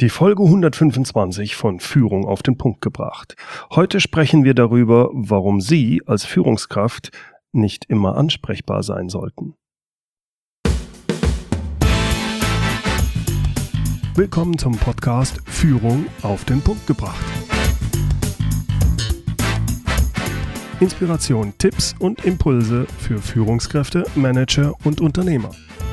Die Folge 125 von Führung auf den Punkt gebracht. Heute sprechen wir darüber, warum Sie als Führungskraft nicht immer ansprechbar sein sollten. Willkommen zum Podcast Führung auf den Punkt gebracht. Inspiration, Tipps und Impulse für Führungskräfte, Manager und Unternehmer.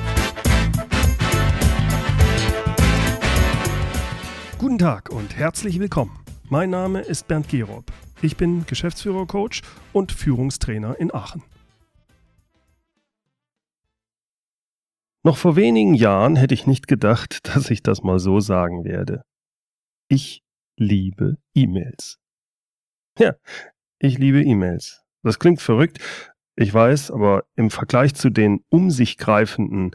Guten Tag und herzlich willkommen. Mein Name ist Bernd Gerob. Ich bin Geschäftsführer-Coach und Führungstrainer in Aachen. Noch vor wenigen Jahren hätte ich nicht gedacht, dass ich das mal so sagen werde. Ich liebe E-Mails. Ja, ich liebe E-Mails. Das klingt verrückt, ich weiß, aber im Vergleich zu den um sich greifenden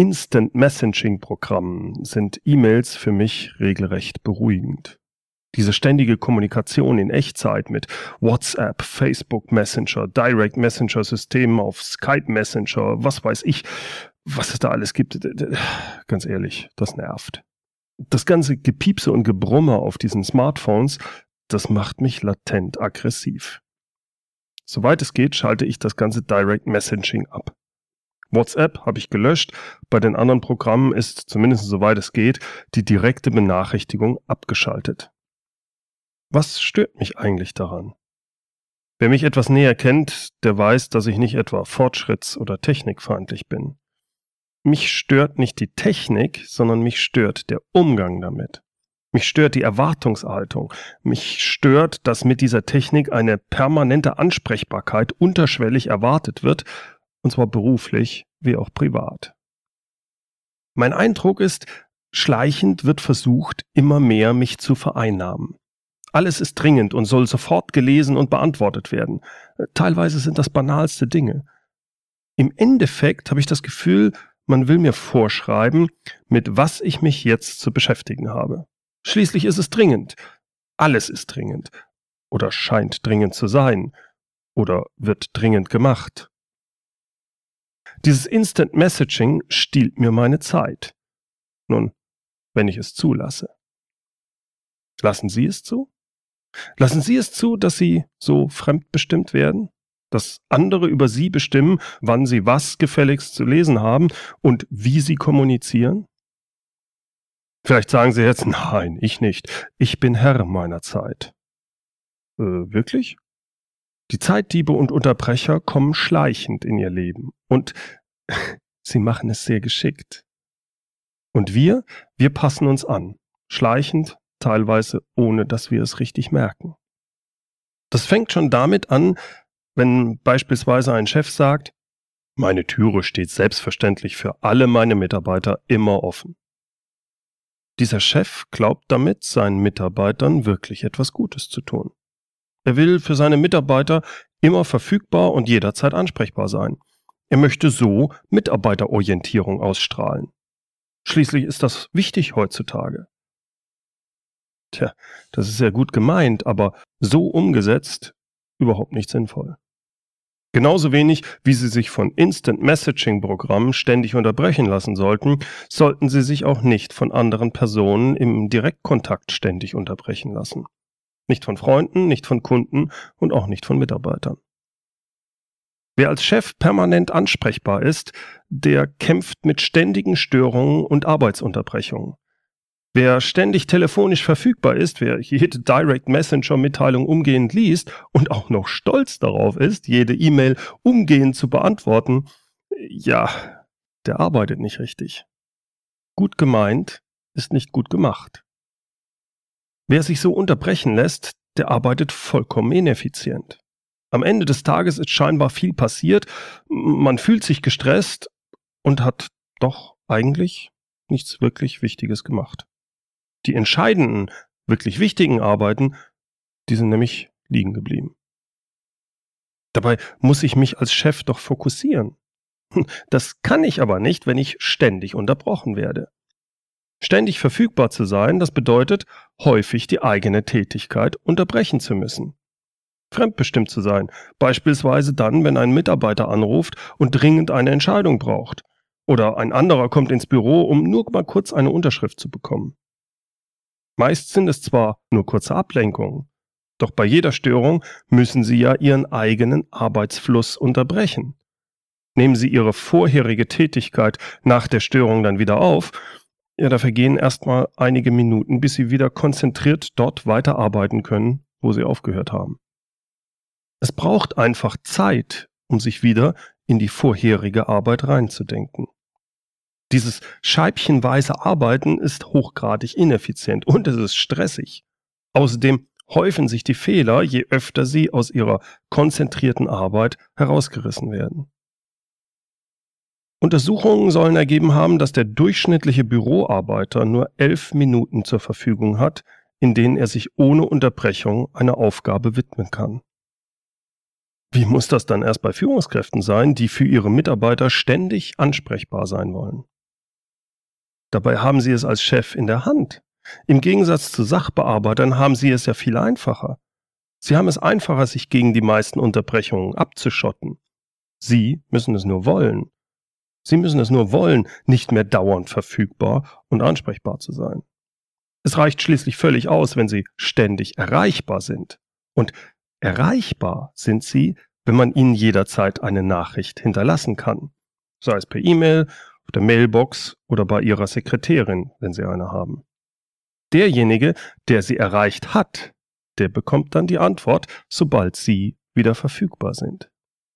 Instant-Messaging-Programmen sind E-Mails für mich regelrecht beruhigend. Diese ständige Kommunikation in Echtzeit mit WhatsApp, Facebook Messenger, Direct Messenger Systemen auf Skype Messenger, was weiß ich, was es da alles gibt, ganz ehrlich, das nervt. Das ganze Gepiepse und Gebrumme auf diesen Smartphones, das macht mich latent aggressiv. Soweit es geht, schalte ich das ganze Direct Messaging ab. WhatsApp habe ich gelöscht, bei den anderen Programmen ist, zumindest soweit es geht, die direkte Benachrichtigung abgeschaltet. Was stört mich eigentlich daran? Wer mich etwas näher kennt, der weiß, dass ich nicht etwa fortschritts- oder technikfeindlich bin. Mich stört nicht die Technik, sondern mich stört der Umgang damit. Mich stört die Erwartungshaltung. Mich stört, dass mit dieser Technik eine permanente Ansprechbarkeit unterschwellig erwartet wird, und zwar beruflich wie auch privat. Mein Eindruck ist, schleichend wird versucht, immer mehr mich zu vereinnahmen. Alles ist dringend und soll sofort gelesen und beantwortet werden. Teilweise sind das banalste Dinge. Im Endeffekt habe ich das Gefühl, man will mir vorschreiben, mit was ich mich jetzt zu beschäftigen habe. Schließlich ist es dringend. Alles ist dringend. Oder scheint dringend zu sein. Oder wird dringend gemacht. Dieses Instant Messaging stiehlt mir meine Zeit. Nun, wenn ich es zulasse. Lassen Sie es zu? Lassen Sie es zu, dass Sie so fremdbestimmt werden? Dass andere über Sie bestimmen, wann Sie was gefälligst zu lesen haben und wie Sie kommunizieren? Vielleicht sagen Sie jetzt, nein, ich nicht. Ich bin Herr meiner Zeit. Wirklich? Die Zeitdiebe und Unterbrecher kommen schleichend in ihr Leben und sie machen es sehr geschickt. Und wir passen uns an, schleichend, teilweise ohne, dass wir es richtig merken. Das fängt schon damit an, wenn beispielsweise ein Chef sagt, meine Türe steht selbstverständlich für alle meine Mitarbeiter immer offen. Dieser Chef glaubt damit, seinen Mitarbeitern wirklich etwas Gutes zu tun. Er will für seine Mitarbeiter immer verfügbar und jederzeit ansprechbar sein. Er möchte so Mitarbeiterorientierung ausstrahlen. Schließlich ist das wichtig heutzutage. Tja, das ist ja gut gemeint, aber so umgesetzt überhaupt nicht sinnvoll. Genauso wenig, wie Sie sich von Instant-Messaging-Programmen ständig unterbrechen lassen sollten, sollten Sie sich auch nicht von anderen Personen im Direktkontakt ständig unterbrechen lassen. Nicht von Freunden, nicht von Kunden und auch nicht von Mitarbeitern. Wer als Chef permanent ansprechbar ist, der kämpft mit ständigen Störungen und Arbeitsunterbrechungen. Wer ständig telefonisch verfügbar ist, wer jede Direct-Messenger-Mitteilung umgehend liest und auch noch stolz darauf ist, jede E-Mail umgehend zu beantworten, ja, der arbeitet nicht richtig. Gut gemeint ist nicht gut gemacht. Wer sich so unterbrechen lässt, der arbeitet vollkommen ineffizient. Am Ende des Tages ist scheinbar viel passiert, man fühlt sich gestresst und hat doch eigentlich nichts wirklich Wichtiges gemacht. Die entscheidenden, wirklich wichtigen Arbeiten, die sind nämlich liegen geblieben. Dabei muss ich mich als Chef doch fokussieren. Das kann ich aber nicht, wenn ich ständig unterbrochen werde. Ständig verfügbar zu sein, das bedeutet, häufig die eigene Tätigkeit unterbrechen zu müssen. Fremdbestimmt zu sein, beispielsweise dann, wenn ein Mitarbeiter anruft und dringend eine Entscheidung braucht. Oder ein anderer kommt ins Büro, um nur mal kurz eine Unterschrift zu bekommen. Meist sind es zwar nur kurze Ablenkungen, doch bei jeder Störung müssen Sie ja Ihren eigenen Arbeitsfluss unterbrechen. Nehmen Sie Ihre vorherige Tätigkeit nach der Störung dann wieder auf, ja, da vergehen erstmal einige Minuten, bis Sie wieder konzentriert dort weiterarbeiten können, wo Sie aufgehört haben. Es braucht einfach Zeit, um sich wieder in die vorherige Arbeit reinzudenken. Dieses scheibchenweise Arbeiten ist hochgradig ineffizient und es ist stressig. Außerdem häufen sich die Fehler, je öfter sie aus ihrer konzentrierten Arbeit herausgerissen werden. Untersuchungen sollen ergeben haben, dass der durchschnittliche Büroarbeiter nur 11 Minuten zur Verfügung hat, in denen er sich ohne Unterbrechung einer Aufgabe widmen kann. Wie muss das dann erst bei Führungskräften sein, die für ihre Mitarbeiter ständig ansprechbar sein wollen? Dabei haben sie es als Chef in der Hand. Im Gegensatz zu Sachbearbeitern haben sie es ja viel einfacher. Sie haben es einfacher, sich gegen die meisten Unterbrechungen abzuschotten. Sie müssen es nur wollen. Sie müssen es nur wollen, nicht mehr dauernd verfügbar und ansprechbar zu sein. Es reicht schließlich völlig aus, wenn Sie ständig erreichbar sind. Und erreichbar sind Sie, wenn man Ihnen jederzeit eine Nachricht hinterlassen kann. Sei es per E-Mail, auf der Mailbox oder bei Ihrer Sekretärin, wenn Sie eine haben. Derjenige, der Sie erreicht hat, der bekommt dann die Antwort, sobald Sie wieder verfügbar sind.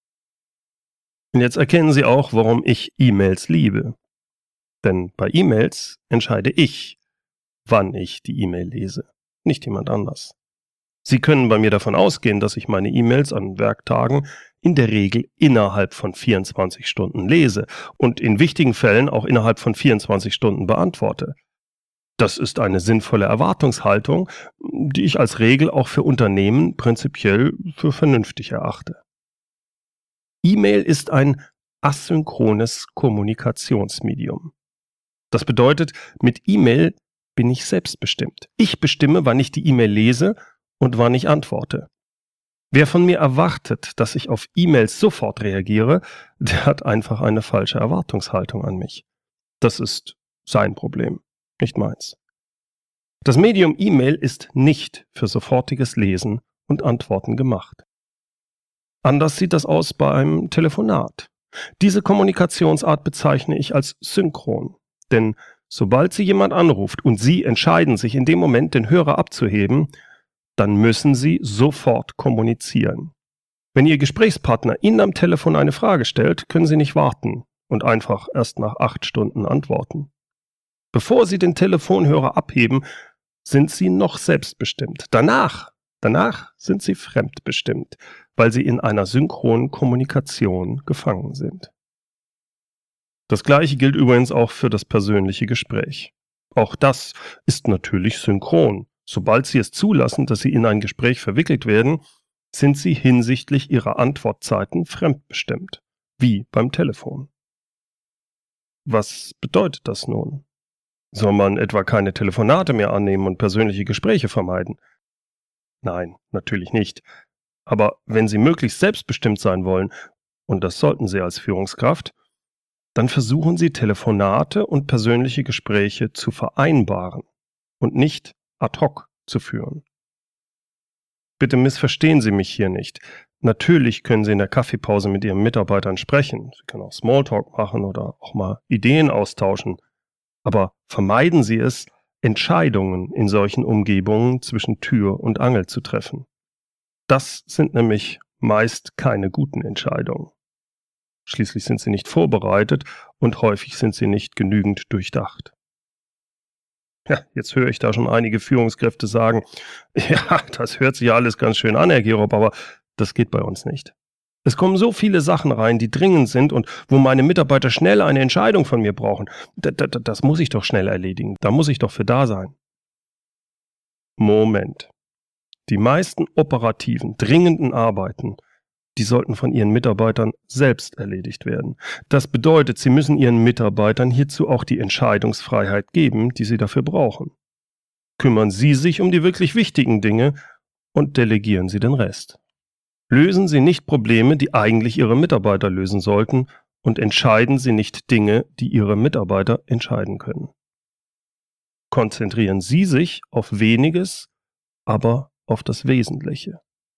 Und jetzt erkennen Sie auch, warum ich E-Mails liebe. Denn bei E-Mails entscheide ich, wann ich die E-Mail lese, nicht jemand anders. Sie können bei mir davon ausgehen, dass ich meine E-Mails an Werktagen in der Regel innerhalb von 24 Stunden lese und in wichtigen Fällen auch innerhalb von 24 Stunden beantworte. Das ist eine sinnvolle Erwartungshaltung, die ich als Regel auch für Unternehmen prinzipiell für vernünftig erachte. E-Mail ist ein asynchrones Kommunikationsmedium. Das bedeutet, mit E-Mail bin ich selbstbestimmt. Ich bestimme, wann ich die E-Mail lese und wann ich antworte. Wer von mir erwartet, dass ich auf E-Mails sofort reagiere, der hat einfach eine falsche Erwartungshaltung an mich. Das ist sein Problem, nicht meins. Das Medium E-Mail ist nicht für sofortiges Lesen und Antworten gemacht. Anders sieht das aus bei einem Telefonat. Diese Kommunikationsart bezeichne ich als synchron, denn sobald Sie jemand anruft und Sie entscheiden sich in dem Moment, den Hörer abzuheben, dann müssen Sie sofort kommunizieren. Wenn Ihr Gesprächspartner Ihnen am Telefon eine Frage stellt, können Sie nicht warten und einfach erst nach 8 Stunden antworten. Bevor Sie den Telefonhörer abheben, sind Sie noch selbstbestimmt. Danach sind Sie fremdbestimmt, weil Sie in einer synchronen Kommunikation gefangen sind. Das Gleiche gilt übrigens auch für das persönliche Gespräch. Auch das ist natürlich synchron. Sobald Sie es zulassen, dass Sie in ein Gespräch verwickelt werden, sind Sie hinsichtlich Ihrer Antwortzeiten fremdbestimmt, wie beim Telefon. Was bedeutet das nun? Soll man etwa keine Telefonate mehr annehmen und persönliche Gespräche vermeiden? Nein, natürlich nicht. Aber wenn Sie möglichst selbstbestimmt sein wollen, und das sollten Sie als Führungskraft, dann versuchen Sie Telefonate und persönliche Gespräche zu vereinbaren und nicht ad hoc zu führen. Bitte missverstehen Sie mich hier nicht. Natürlich können Sie in der Kaffeepause mit Ihren Mitarbeitern sprechen. Sie können auch Smalltalk machen oder auch mal Ideen austauschen. Aber vermeiden Sie es, Entscheidungen in solchen Umgebungen zwischen Tür und Angel zu treffen. Das sind nämlich meist keine guten Entscheidungen. Schließlich sind sie nicht vorbereitet und häufig sind sie nicht genügend durchdacht. Ja, jetzt höre ich da schon einige Führungskräfte sagen, ja, das hört sich ja alles ganz schön an, Herr Gerob, aber das geht bei uns nicht. Es kommen so viele Sachen rein, die dringend sind und wo meine Mitarbeiter schnell eine Entscheidung von mir brauchen. Das muss ich doch schnell erledigen. Da muss ich doch für da sein. Moment. Die meisten operativen, dringenden Arbeiten, die sollten von Ihren Mitarbeitern selbst erledigt werden. Das bedeutet, Sie müssen Ihren Mitarbeitern hierzu auch die Entscheidungsfreiheit geben, die sie dafür brauchen. Kümmern Sie sich um die wirklich wichtigen Dinge und delegieren Sie den Rest. Lösen Sie nicht Probleme, die eigentlich Ihre Mitarbeiter lösen sollten, und entscheiden Sie nicht Dinge, die Ihre Mitarbeiter entscheiden können. konzentrieren Sie sich auf weniges, aber auf das Wesentliche.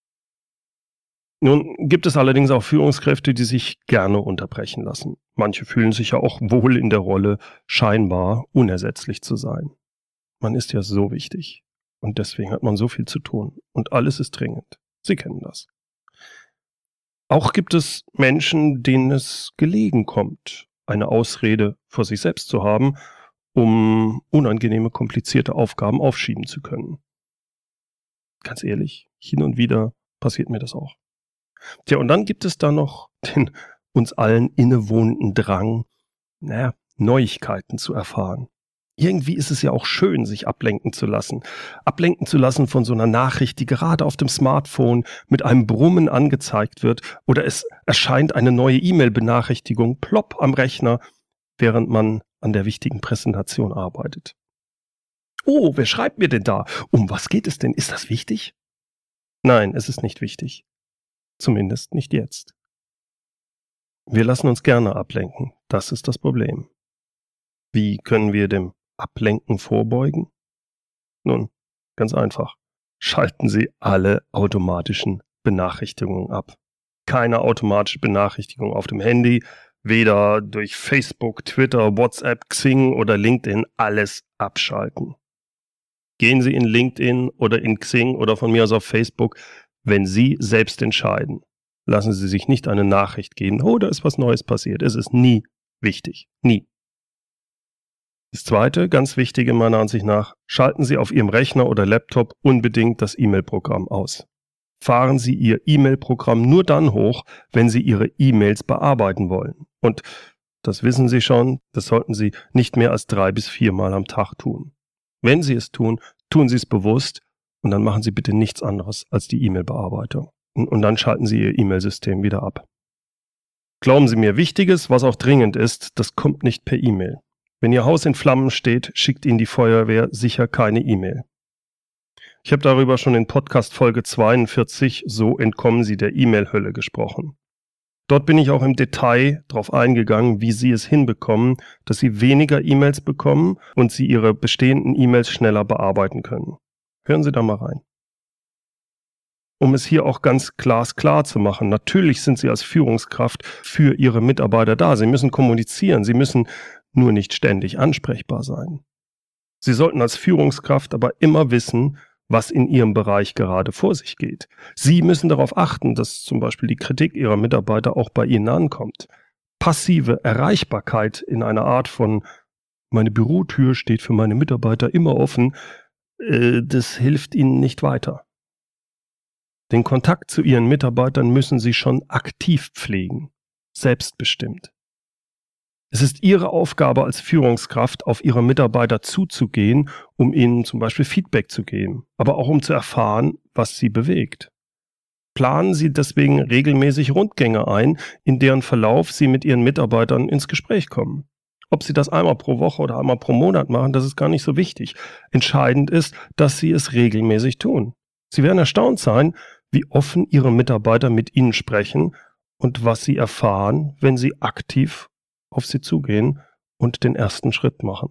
Nun gibt es allerdings auch Führungskräfte, die sich gerne unterbrechen lassen. Manche fühlen sich ja auch wohl in der Rolle, scheinbar unersetzlich zu sein. Man ist ja so wichtig und deswegen hat man so viel zu tun und alles ist dringend. Sie kennen das. Auch gibt es Menschen, denen es gelegen kommt, eine Ausrede vor sich selbst zu haben, um unangenehme, komplizierte Aufgaben aufschieben zu können. Ganz ehrlich, hin und wieder passiert mir das auch. Tja, und dann gibt es da noch den uns allen innewohnenden Drang, Neuigkeiten zu erfahren. Irgendwie ist es ja auch schön, sich ablenken zu lassen. Ablenken zu lassen von so einer Nachricht, die gerade auf dem Smartphone mit einem Brummen angezeigt wird oder es erscheint eine neue E-Mail-Benachrichtigung plopp am Rechner, während man an der wichtigen Präsentation arbeitet. Oh, wer schreibt mir denn da? Um was geht es denn? Ist das wichtig? Nein, es ist nicht wichtig. Zumindest nicht jetzt. Wir lassen uns gerne ablenken. Das ist das Problem. Wie können wir dem Ablenken vorbeugen? Nun, ganz einfach. Schalten Sie alle automatischen Benachrichtigungen ab. Keine automatische Benachrichtigung auf dem Handy, weder durch Facebook, Twitter, WhatsApp, Xing oder LinkedIn, alles abschalten. Gehen Sie in LinkedIn oder in Xing oder von mir aus auf Facebook, wenn Sie selbst entscheiden. Lassen Sie sich nicht eine Nachricht geben, oh, da ist was Neues passiert. Es ist nie wichtig. Nie. Das Zweite, ganz Wichtige meiner Ansicht nach, schalten Sie auf Ihrem Rechner oder Laptop unbedingt das E-Mail-Programm aus. Fahren Sie Ihr E-Mail-Programm nur dann hoch, wenn Sie Ihre E-Mails bearbeiten wollen. Und das wissen Sie schon, das sollten Sie nicht mehr als 3 bis 4 Mal am Tag tun. Wenn Sie es tun, tun Sie es bewusst und dann machen Sie bitte nichts anderes als die E-Mail-Bearbeitung. Und dann schalten Sie Ihr E-Mail-System wieder ab. Glauben Sie mir, Wichtiges, was auch dringend ist, das kommt nicht per E-Mail. Wenn Ihr Haus in Flammen steht, schickt Ihnen die Feuerwehr sicher keine E-Mail. Ich habe darüber schon in Podcast Folge 42, so entkommen Sie der E-Mail-Hölle, gesprochen. Dort bin ich auch im Detail darauf eingegangen, wie Sie es hinbekommen, dass Sie weniger E-Mails bekommen und Sie Ihre bestehenden E-Mails schneller bearbeiten können. Hören Sie da mal rein. Um es hier auch ganz glasklar zu machen, natürlich sind Sie als Führungskraft für Ihre Mitarbeiter da. Sie müssen kommunizieren, Sie müssen nur nicht ständig ansprechbar sein. Sie sollten als Führungskraft aber immer wissen, was in Ihrem Bereich gerade vor sich geht. Sie müssen darauf achten, dass zum Beispiel die Kritik Ihrer Mitarbeiter auch bei Ihnen ankommt. Passive Erreichbarkeit in einer Art von meine Bürotür steht für meine Mitarbeiter immer offen, das hilft Ihnen nicht weiter. Den Kontakt zu Ihren Mitarbeitern müssen Sie schon aktiv pflegen, selbstbestimmt. Es ist Ihre Aufgabe als Führungskraft, auf Ihre Mitarbeiter zuzugehen, um ihnen zum Beispiel Feedback zu geben, aber auch um zu erfahren, was sie bewegt. Planen Sie deswegen regelmäßig Rundgänge ein, in deren Verlauf Sie mit Ihren Mitarbeitern ins Gespräch kommen. Ob Sie das einmal pro Woche oder einmal pro Monat machen, das ist gar nicht so wichtig. Entscheidend ist, dass Sie es regelmäßig tun. Sie werden erstaunt sein, wie offen Ihre Mitarbeiter mit Ihnen sprechen und was Sie erfahren, wenn Sie aktiv auf Sie zugehen und den ersten Schritt machen.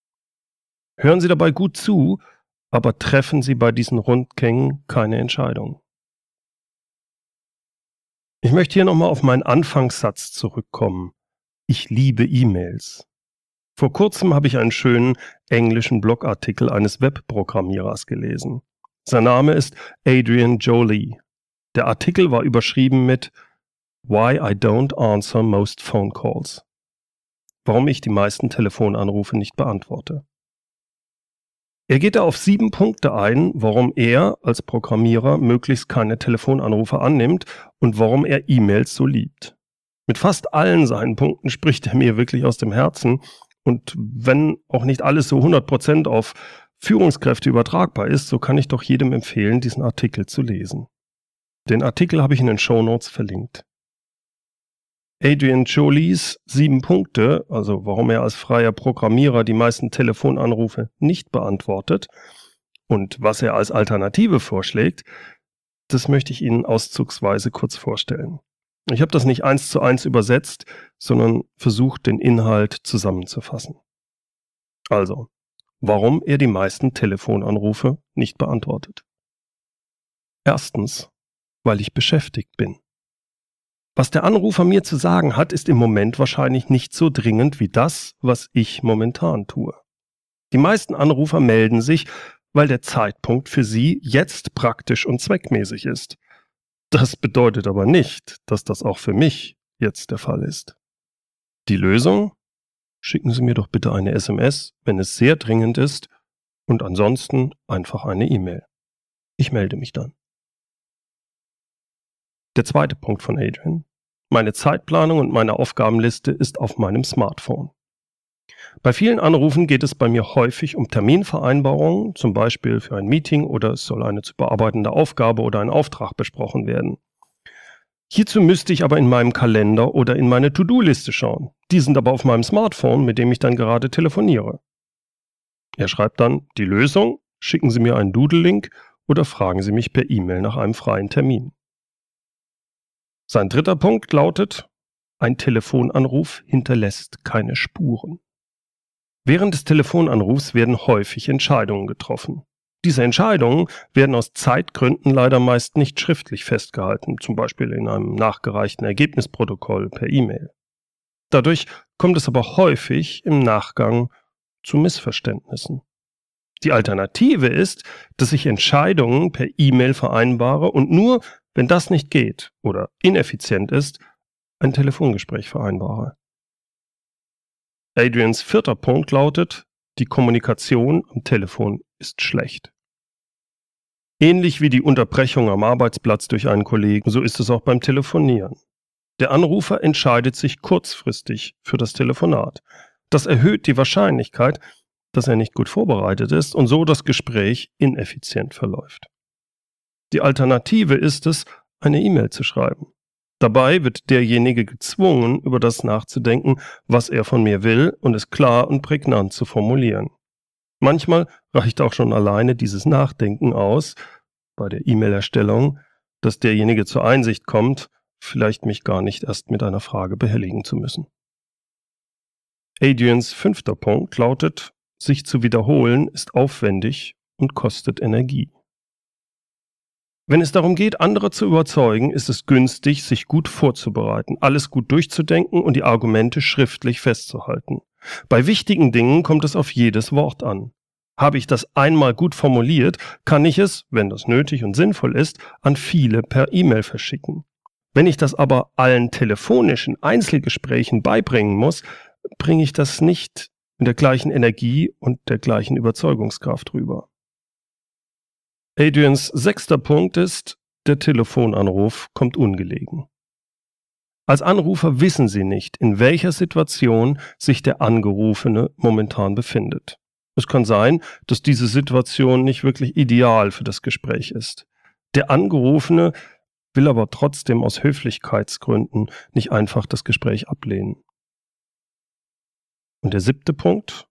Hören Sie dabei gut zu, aber treffen Sie bei diesen Rundgängen keine Entscheidung. Ich möchte hier nochmal auf meinen Anfangssatz zurückkommen. Ich liebe E-Mails. Vor kurzem habe ich einen schönen englischen Blogartikel eines Webprogrammierers gelesen. Sein Name ist Adrian Jolie. Der Artikel war überschrieben mit Why I don't answer most phone calls. Warum ich die meisten Telefonanrufe nicht beantworte. Er geht da auf 7 Punkte ein, warum er als Programmierer möglichst keine Telefonanrufe annimmt und warum er E-Mails so liebt. Mit fast allen seinen Punkten spricht er mir wirklich aus dem Herzen und wenn auch nicht alles so 100% auf Führungskräfte übertragbar ist, so kann ich doch jedem empfehlen, diesen Artikel zu lesen. Den Artikel habe ich in den Shownotes verlinkt. Adrian Jolies 7 Punkte, also warum er als freier Programmierer die meisten Telefonanrufe nicht beantwortet und was er als Alternative vorschlägt, das möchte ich Ihnen auszugsweise kurz vorstellen. Ich habe das nicht 1:1 übersetzt, sondern versucht, den Inhalt zusammenzufassen. Also, warum er die meisten Telefonanrufe nicht beantwortet. Erstens, weil ich beschäftigt bin. Was der Anrufer mir zu sagen hat, ist im Moment wahrscheinlich nicht so dringend wie das, was ich momentan tue. Die meisten Anrufer melden sich, weil der Zeitpunkt für sie jetzt praktisch und zweckmäßig ist. Das bedeutet aber nicht, dass das auch für mich jetzt der Fall ist. Die Lösung? Schicken Sie mir doch bitte eine SMS, wenn es sehr dringend ist, und ansonsten einfach eine E-Mail. Ich melde mich dann. Der zweite Punkt von Adrian. Meine Zeitplanung und meine Aufgabenliste ist auf meinem Smartphone. Bei vielen Anrufen geht es bei mir häufig um Terminvereinbarungen, zum Beispiel für ein Meeting oder es soll eine zu bearbeitende Aufgabe oder ein Auftrag besprochen werden. Hierzu müsste ich aber in meinem Kalender oder in meine To-Do-Liste schauen. Die sind aber auf meinem Smartphone, mit dem ich dann gerade telefoniere. Er schreibt dann, die Lösung, schicken Sie mir einen Doodle-Link oder fragen Sie mich per E-Mail nach einem freien Termin. Sein dritter Punkt lautet, ein Telefonanruf hinterlässt keine Spuren. Während des Telefonanrufs werden häufig Entscheidungen getroffen. Diese Entscheidungen werden aus Zeitgründen leider meist nicht schriftlich festgehalten, zum Beispiel in einem nachgereichten Ergebnisprotokoll per E-Mail. Dadurch kommt es aber häufig im Nachgang zu Missverständnissen. Die Alternative ist, dass ich Entscheidungen per E-Mail vereinbare und nur, wenn das nicht geht oder ineffizient ist, ein Telefongespräch vereinbare. Adrians vierter Punkt lautet, die Kommunikation am Telefon ist schlecht. Ähnlich wie die Unterbrechung am Arbeitsplatz durch einen Kollegen, so ist es auch beim Telefonieren. Der Anrufer entscheidet sich kurzfristig für das Telefonat. Das erhöht die Wahrscheinlichkeit, dass er nicht gut vorbereitet ist und so das Gespräch ineffizient verläuft. Die Alternative ist es, eine E-Mail zu schreiben. Dabei wird derjenige gezwungen, über das nachzudenken, was er von mir will und es klar und prägnant zu formulieren. Manchmal reicht auch schon alleine dieses Nachdenken aus, bei der E-Mail-Erstellung, dass derjenige zur Einsicht kommt, vielleicht mich gar nicht erst mit einer Frage behelligen zu müssen. Adrians fünfter Punkt lautet, sich zu wiederholen ist aufwendig und kostet Energie. Wenn es darum geht, andere zu überzeugen, ist es günstig, sich gut vorzubereiten, alles gut durchzudenken und die Argumente schriftlich festzuhalten. Bei wichtigen Dingen kommt es auf jedes Wort an. Habe ich das einmal gut formuliert, kann ich es, wenn das nötig und sinnvoll ist, an viele per E-Mail verschicken. Wenn ich das aber allen telefonischen Einzelgesprächen beibringen muss, bringe ich das nicht mit der gleichen Energie und der gleichen Überzeugungskraft rüber. Adrians sechster Punkt ist, der Telefonanruf kommt ungelegen. Als Anrufer wissen Sie nicht, in welcher Situation sich der Angerufene momentan befindet. Es kann sein, dass diese Situation nicht wirklich ideal für das Gespräch ist. Der Angerufene will aber trotzdem aus Höflichkeitsgründen nicht einfach das Gespräch ablehnen. Und der siebte Punkt,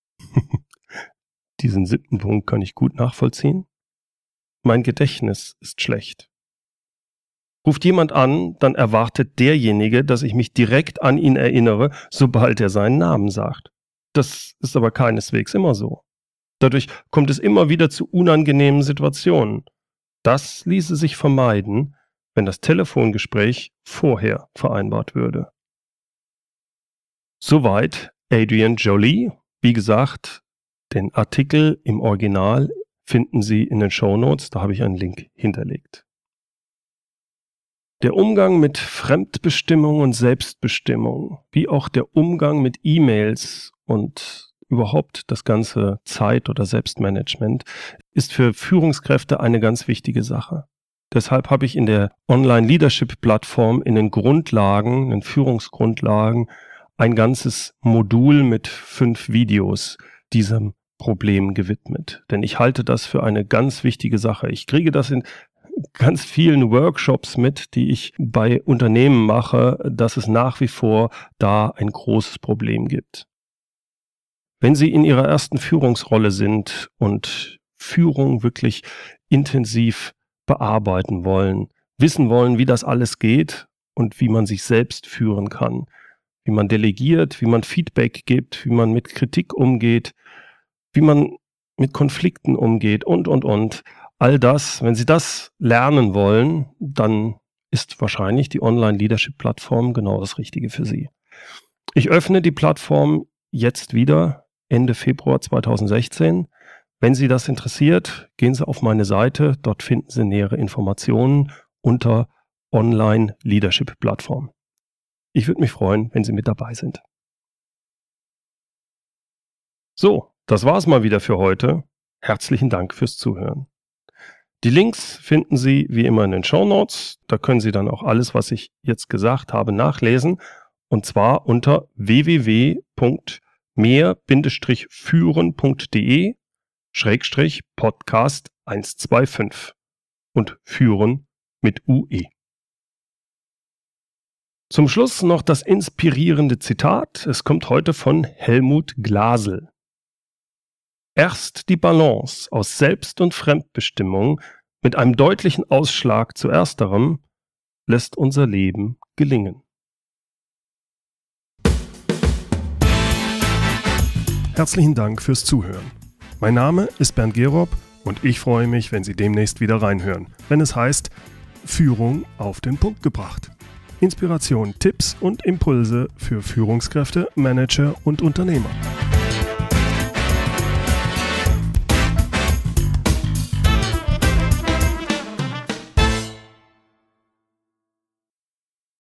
diesen siebten Punkt kann ich gut nachvollziehen. Mein Gedächtnis ist schlecht. Ruft jemand an, dann erwartet derjenige, dass ich mich direkt an ihn erinnere, sobald er seinen Namen sagt. Das ist aber keineswegs immer so. Dadurch kommt es immer wieder zu unangenehmen Situationen. Das ließe sich vermeiden, wenn das Telefongespräch vorher vereinbart würde. Soweit Adrian Joly. Wie gesagt, den Artikel im Original finden Sie in den Shownotes, da habe ich einen Link hinterlegt. Der Umgang mit Fremdbestimmung und Selbstbestimmung, wie auch der Umgang mit E-Mails und überhaupt das ganze Zeit- oder Selbstmanagement, ist für Führungskräfte eine ganz wichtige Sache. Deshalb habe ich in der Online-Leadership-Plattform in den Grundlagen, in den Führungsgrundlagen, ein ganzes Modul mit 5 Videos diesem Problem gewidmet. Denn ich halte das für eine ganz wichtige Sache. Ich kriege das in ganz vielen Workshops mit, die ich bei Unternehmen mache, dass es nach wie vor da ein großes Problem gibt. Wenn Sie in Ihrer ersten Führungsrolle sind und Führung wirklich intensiv bearbeiten wollen, wissen wollen, wie das alles geht und wie man sich selbst führen kann, wie man delegiert, wie man Feedback gibt, wie man mit Kritik umgeht, wie man mit Konflikten umgeht und. All das, wenn Sie das lernen wollen, dann ist wahrscheinlich die Online-Leadership-Plattform genau das Richtige für Sie. Ich öffne die Plattform jetzt wieder Ende Februar 2016. Wenn Sie das interessiert, gehen Sie auf meine Seite. Dort finden Sie nähere Informationen unter Online-Leadership-Plattform. Ich würde mich freuen, wenn Sie mit dabei sind. So, das war's mal wieder für heute. Herzlichen Dank fürs Zuhören. Die Links finden Sie wie immer in den Shownotes. Da können Sie dann auch alles, was ich jetzt gesagt habe, nachlesen. Und zwar unter www.mehr-führen.de/Podcast 125 und führen mit UE. Zum Schluss noch das inspirierende Zitat. Es kommt heute von Helmut Glasel. Erst die Balance aus Selbst- und Fremdbestimmung mit einem deutlichen Ausschlag zu ersterem lässt unser Leben gelingen. Herzlichen Dank fürs Zuhören. Mein Name ist Bernd Gerob und ich freue mich, wenn Sie demnächst wieder reinhören, wenn es heißt Führung auf den Punkt gebracht. Inspiration, Tipps und Impulse für Führungskräfte, Manager und Unternehmer.